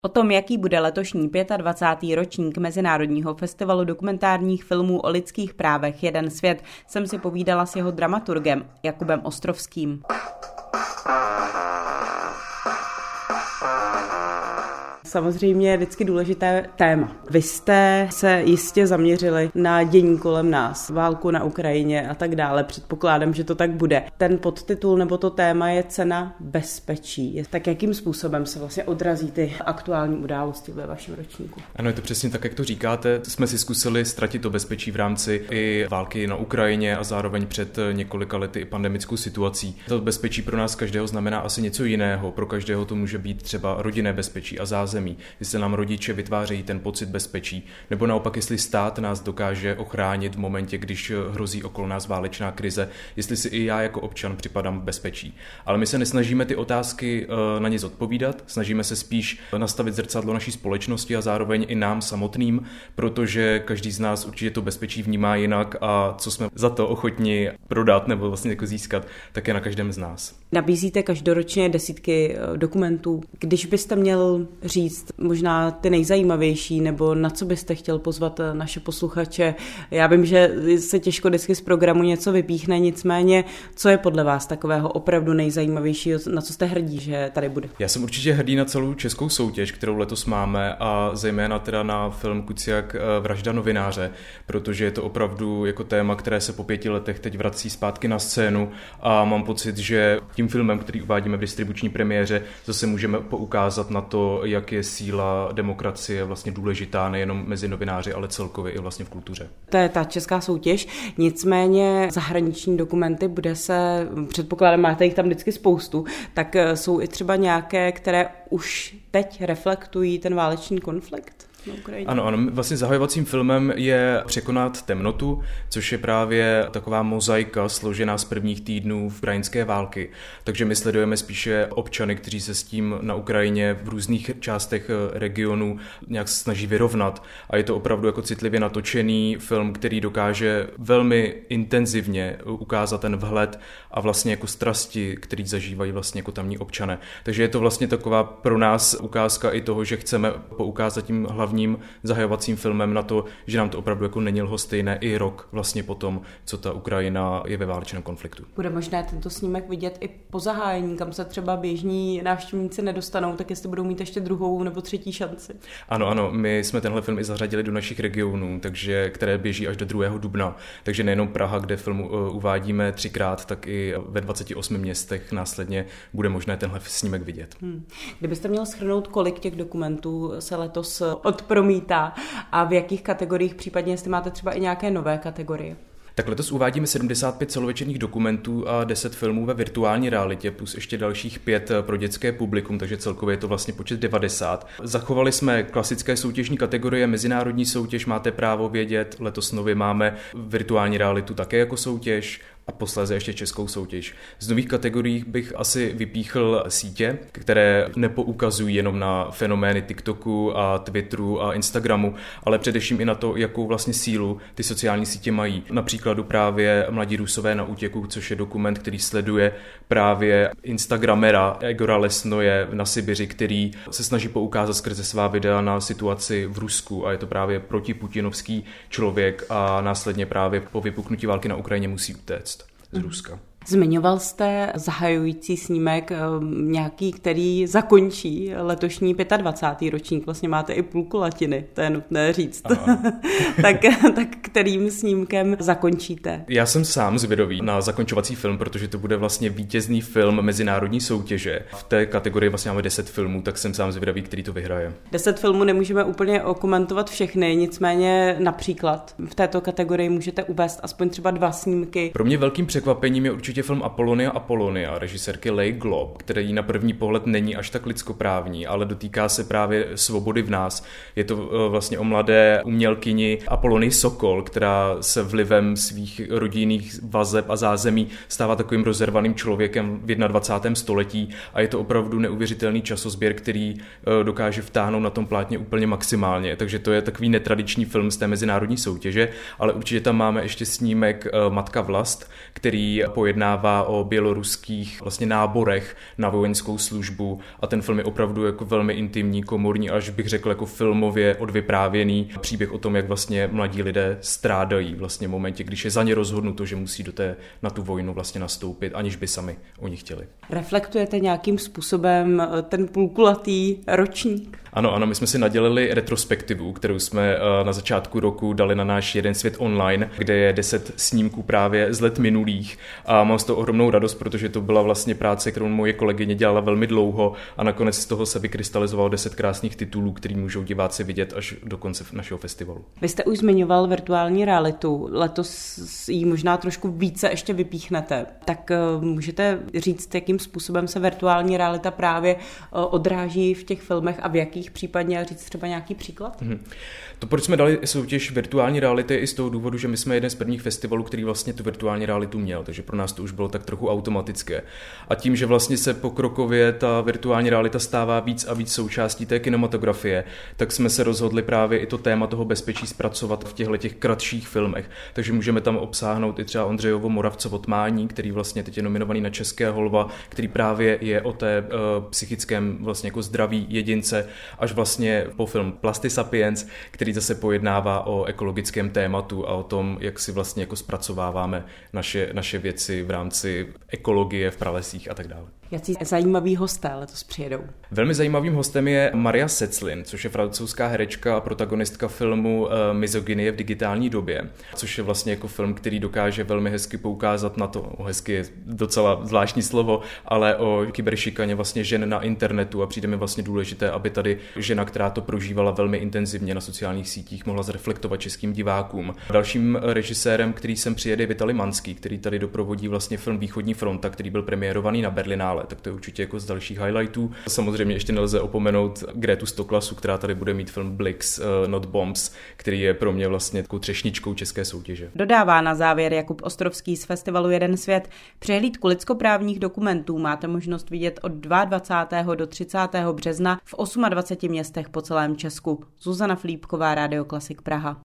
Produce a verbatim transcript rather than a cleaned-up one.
O tom, jaký bude letošní dvacátý pátý ročník Mezinárodního festivalu dokumentárních filmů o lidských právech Jeden svět, jsem si povídala s jeho dramaturgem Jakubem Ostrovským. Samozřejmě je vždycky důležité téma. Vy jste se jistě zaměřili na dění kolem nás, válku na Ukrajině a tak dále. Předpokládám, že to tak bude. Ten podtitul nebo to téma je cena bezpečí. Tak jakým způsobem se vlastně odrazí ty aktuální události ve vašem ročníku? Ano, je to přesně tak, jak to říkáte. Jsme si zkusili ztratit to bezpečí v rámci i války na Ukrajině a zároveň před několika lety i pandemickou situací. To bezpečí pro nás každého znamená asi něco jiného. Pro každého to může být třeba rodinné bezpečí a zázemí. Jestli nám rodiče vytvářejí ten pocit bezpečí, nebo naopak, jestli stát nás dokáže ochránit v momentě, když hrozí okolo nás válečná krize, jestli si i já jako občan připadám v bezpečí. Ale my se nesnažíme ty otázky na ně zodpovídat, snažíme se spíš nastavit zrcadlo naší společnosti a zároveň i nám samotným, protože každý z nás určitě to bezpečí vnímá jinak a co jsme za to ochotni prodat nebo vlastně jako získat, tak je na každém z nás. Nabízíte každoročně desítky dokumentů. Když byste měl říct možná ty nejzajímavější, nebo na co byste chtěl pozvat naše posluchače? Já vím, že se těžko vždycky z programu něco vypíchne, nicméně, co je podle vás takového opravdu nejzajímavějšího, na co jste hrdí, že tady bude? Já jsem určitě hrdý na celou českou soutěž, kterou letos máme, a zejména teda na film Kuciak Vražda novináře, protože je to opravdu jako téma, které se po pěti letech teď vrací zpátky na scénu a mám pocit, že tím filmem, který uvádíme v distribuční premiéře, zase můžeme poukázat na to, jak je síla demokracie vlastně důležitá nejenom mezi novináři, ale celkově i vlastně v kultuře. To je ta česká soutěž, nicméně zahraniční dokumenty bude se, předpokládám, máte jich tam vždycky spoustu, tak jsou i třeba nějaké, které už teď reflektují ten válečný konflikt? Ano, ano, vlastně zahajovacím filmem je Překonat temnotu, což je právě taková mozaika složená z prvních týdnů ukrajinské války. Takže my sledujeme spíše občany, kteří se s tím na Ukrajině v různých částech regionu nějak snaží vyrovnat. A je to opravdu jako citlivě natočený film, který dokáže velmi intenzivně ukázat ten vhled a vlastně jako strasti, který zažívají vlastně jako tamní občané. Takže je to vlastně taková pro nás ukázka i toho, že chceme poukázat tím hlavním hlavním zahajovacím filmem na to, že nám to opravdu jako není lhostejné i rok vlastně potom, co ta Ukrajina je ve válečném konfliktu. Bude možné tento snímek vidět i po zahájení, kam se třeba běžní návštěvníci nedostanou, tak jestli budou mít ještě druhou nebo třetí šanci. Ano, ano, my jsme tenhle film i zařadili do našich regionů, takže které běží až do druhého dubna, takže nejenom Praha, kde film uvádíme třikrát, tak i ve dvaceti osmi městech následně bude možné tenhle snímek vidět. Hmm. Kdybyste měl shrnout, kolik těch dokumentů se letos odpromítá a v jakých kategoriích, případně jestli máte třeba i nějaké nové kategorie? Tak letos uvádíme sedmdesát pět celovečerních dokumentů a deset filmů ve virtuální realitě, plus ještě dalších pět pro dětské publikum, takže celkově je to vlastně počet devadesát. Zachovali jsme klasické soutěžní kategorie, mezinárodní soutěž, máte právo vědět, letos nově máme virtuální realitu také jako soutěž a posléze ještě českou soutěž. Z nových kategorií bych asi vypíchl sítě, které nepoukazují jenom na fenomény TikToku a Twitteru a Instagramu, ale především i na to, jakou vlastně sílu ty sociální sítě mají. Například právě Mladí Rusové na útěku, což je dokument, který sleduje právě instagramera Egora Lesnoje na Sibiři, který se snaží poukázat skrze svá videa na situaci v Rusku a je to právě protiputinovský člověk a následně právě po vypuknutí války na Ukrajině musí utéct z Ruska. Zmiňoval jste zahajující snímek nějaký, který zakončí letošní dvacátý pátý ročník. Vlastně máte i půlku latiny, to je nutné říct. tak, tak kterým snímkem zakončíte? Já jsem sám zvědavý na zakončovací film, protože to bude vlastně vítězný film mezinárodní soutěže. V té kategorii vlastně máme deset filmů, tak jsem sám zvědavý, který to vyhraje. Deset filmů nemůžeme úplně okomentovat všechny, nicméně například v této kategorii můžete uvést aspoň třeba dva snímky. Pro mě velkým překvapením je určitě film Apolonia Apolonia režisérky Leigh Glob, který na první pohled není až tak lidskoprávní, ale dotýká se právě svobody v nás. Je to vlastně o mladé umělkyni Apolonii Sokol, která se vlivem svých rodinných vazeb a zázemí stává takovým rozervaným člověkem v dvacátém prvním století a je to opravdu neuvěřitelný časozběr, který dokáže vtáhnout na tom plátně úplně maximálně. Takže to je takový netradiční film z té mezinárodní soutěže, ale určitě tam máme ještě snímek Matka vlast, který pojedná pojednává o běloruských vlastně náborech na vojenskou službu a ten film je opravdu jako velmi intimní, komorní, až bych řekl jako filmově odvyprávěný příběh o tom, jak vlastně mladí lidé strádají vlastně v momentě, když je za ně rozhodnuto, že musí do té, na tu vojnu vlastně nastoupit, aniž by sami oni chtěli. Reflektujete nějakým způsobem ten půlkulatý ročník? Ano, ano, my jsme si nadělili retrospektivu, kterou jsme na začátku roku dali na náš Jeden svět online, kde je deset snímků právě z let minulých a mám z toho ohromnou radost, protože to byla vlastně práce, kterou moje kolegyně dělala velmi dlouho a nakonec z toho se vykrystalizovalo deset krásných titulů, který můžou diváci vidět až do konce našeho festivalu. Vy jste už zmiňoval virtuální realitu, letos ji možná trošku více ještě vypíchnete, tak můžete říct, jakým způsobem se virtuální realita právě odráží v těch filmech a v jakých případně, a říct třeba nějaký příklad? Mm-hmm. To, proč jsme dali soutěž virtuální reality, i z toho důvodu, že my jsme jeden z prvních festivalů, který vlastně tu virtuální realitu měl, takže pro nás to už bylo tak trochu automatické. A tím, že vlastně se pokrokově ta virtuální realita stává víc a víc součástí té kinematografie, tak jsme se rozhodli právě i to téma toho bezpečí zpracovat v těchto těch kratších filmech. Takže můžeme tam obsáhnout i třeba Ondřejovo Moravcovo Tmání, který vlastně teď je nominovaný na České holva, který právě je o té uh, psychickém vlastně jako zdraví jedince, až vlastně po film Plasty Sapiens, který zase pojednává o ekologickém tématu a o tom, jak si vlastně jako zpracováváme naše, naše věci v rámci ekologie v pralesích a tak dále. Jaký zajímavý hosté letos přijedou? Velmi zajímavým hostem je Maria Seclin, což je francouzská herečka a protagonistka filmu Misogynie v digitální době, což je vlastně jako film, který dokáže velmi hezky poukázat na to, o hezky je docela zvláštní slovo, ale o kyberšikaně vlastně žen na internetu a přijde mi vlastně důležité, aby tady žena, která to prožívala velmi intenzivně na sociálních sítích, mohla zreflektovat českým divákům. Dalším režisérem, který sem přijede, je Vitaly Manský, který tady doprovodí vlastně film Východní fronta, který byl premiérovaný na Berlinále. Tak to je určitě jako z dalších highlightů. Samozřejmě ještě nelze opomenout Gretu Stoklasu, která tady bude mít film Blix, uh, Not Bombs, který je pro mě vlastně takovou třešničkou české soutěže. Dodává na závěr Jakub Ostrovský z festivalu Jeden svět. Přehlídku lidskoprávních dokumentů máte možnost vidět od dvacátého druhého do třicátého března v dvaceti osmi městech po celém Česku. Zuzana Flípková, Rádio Klasik Praha.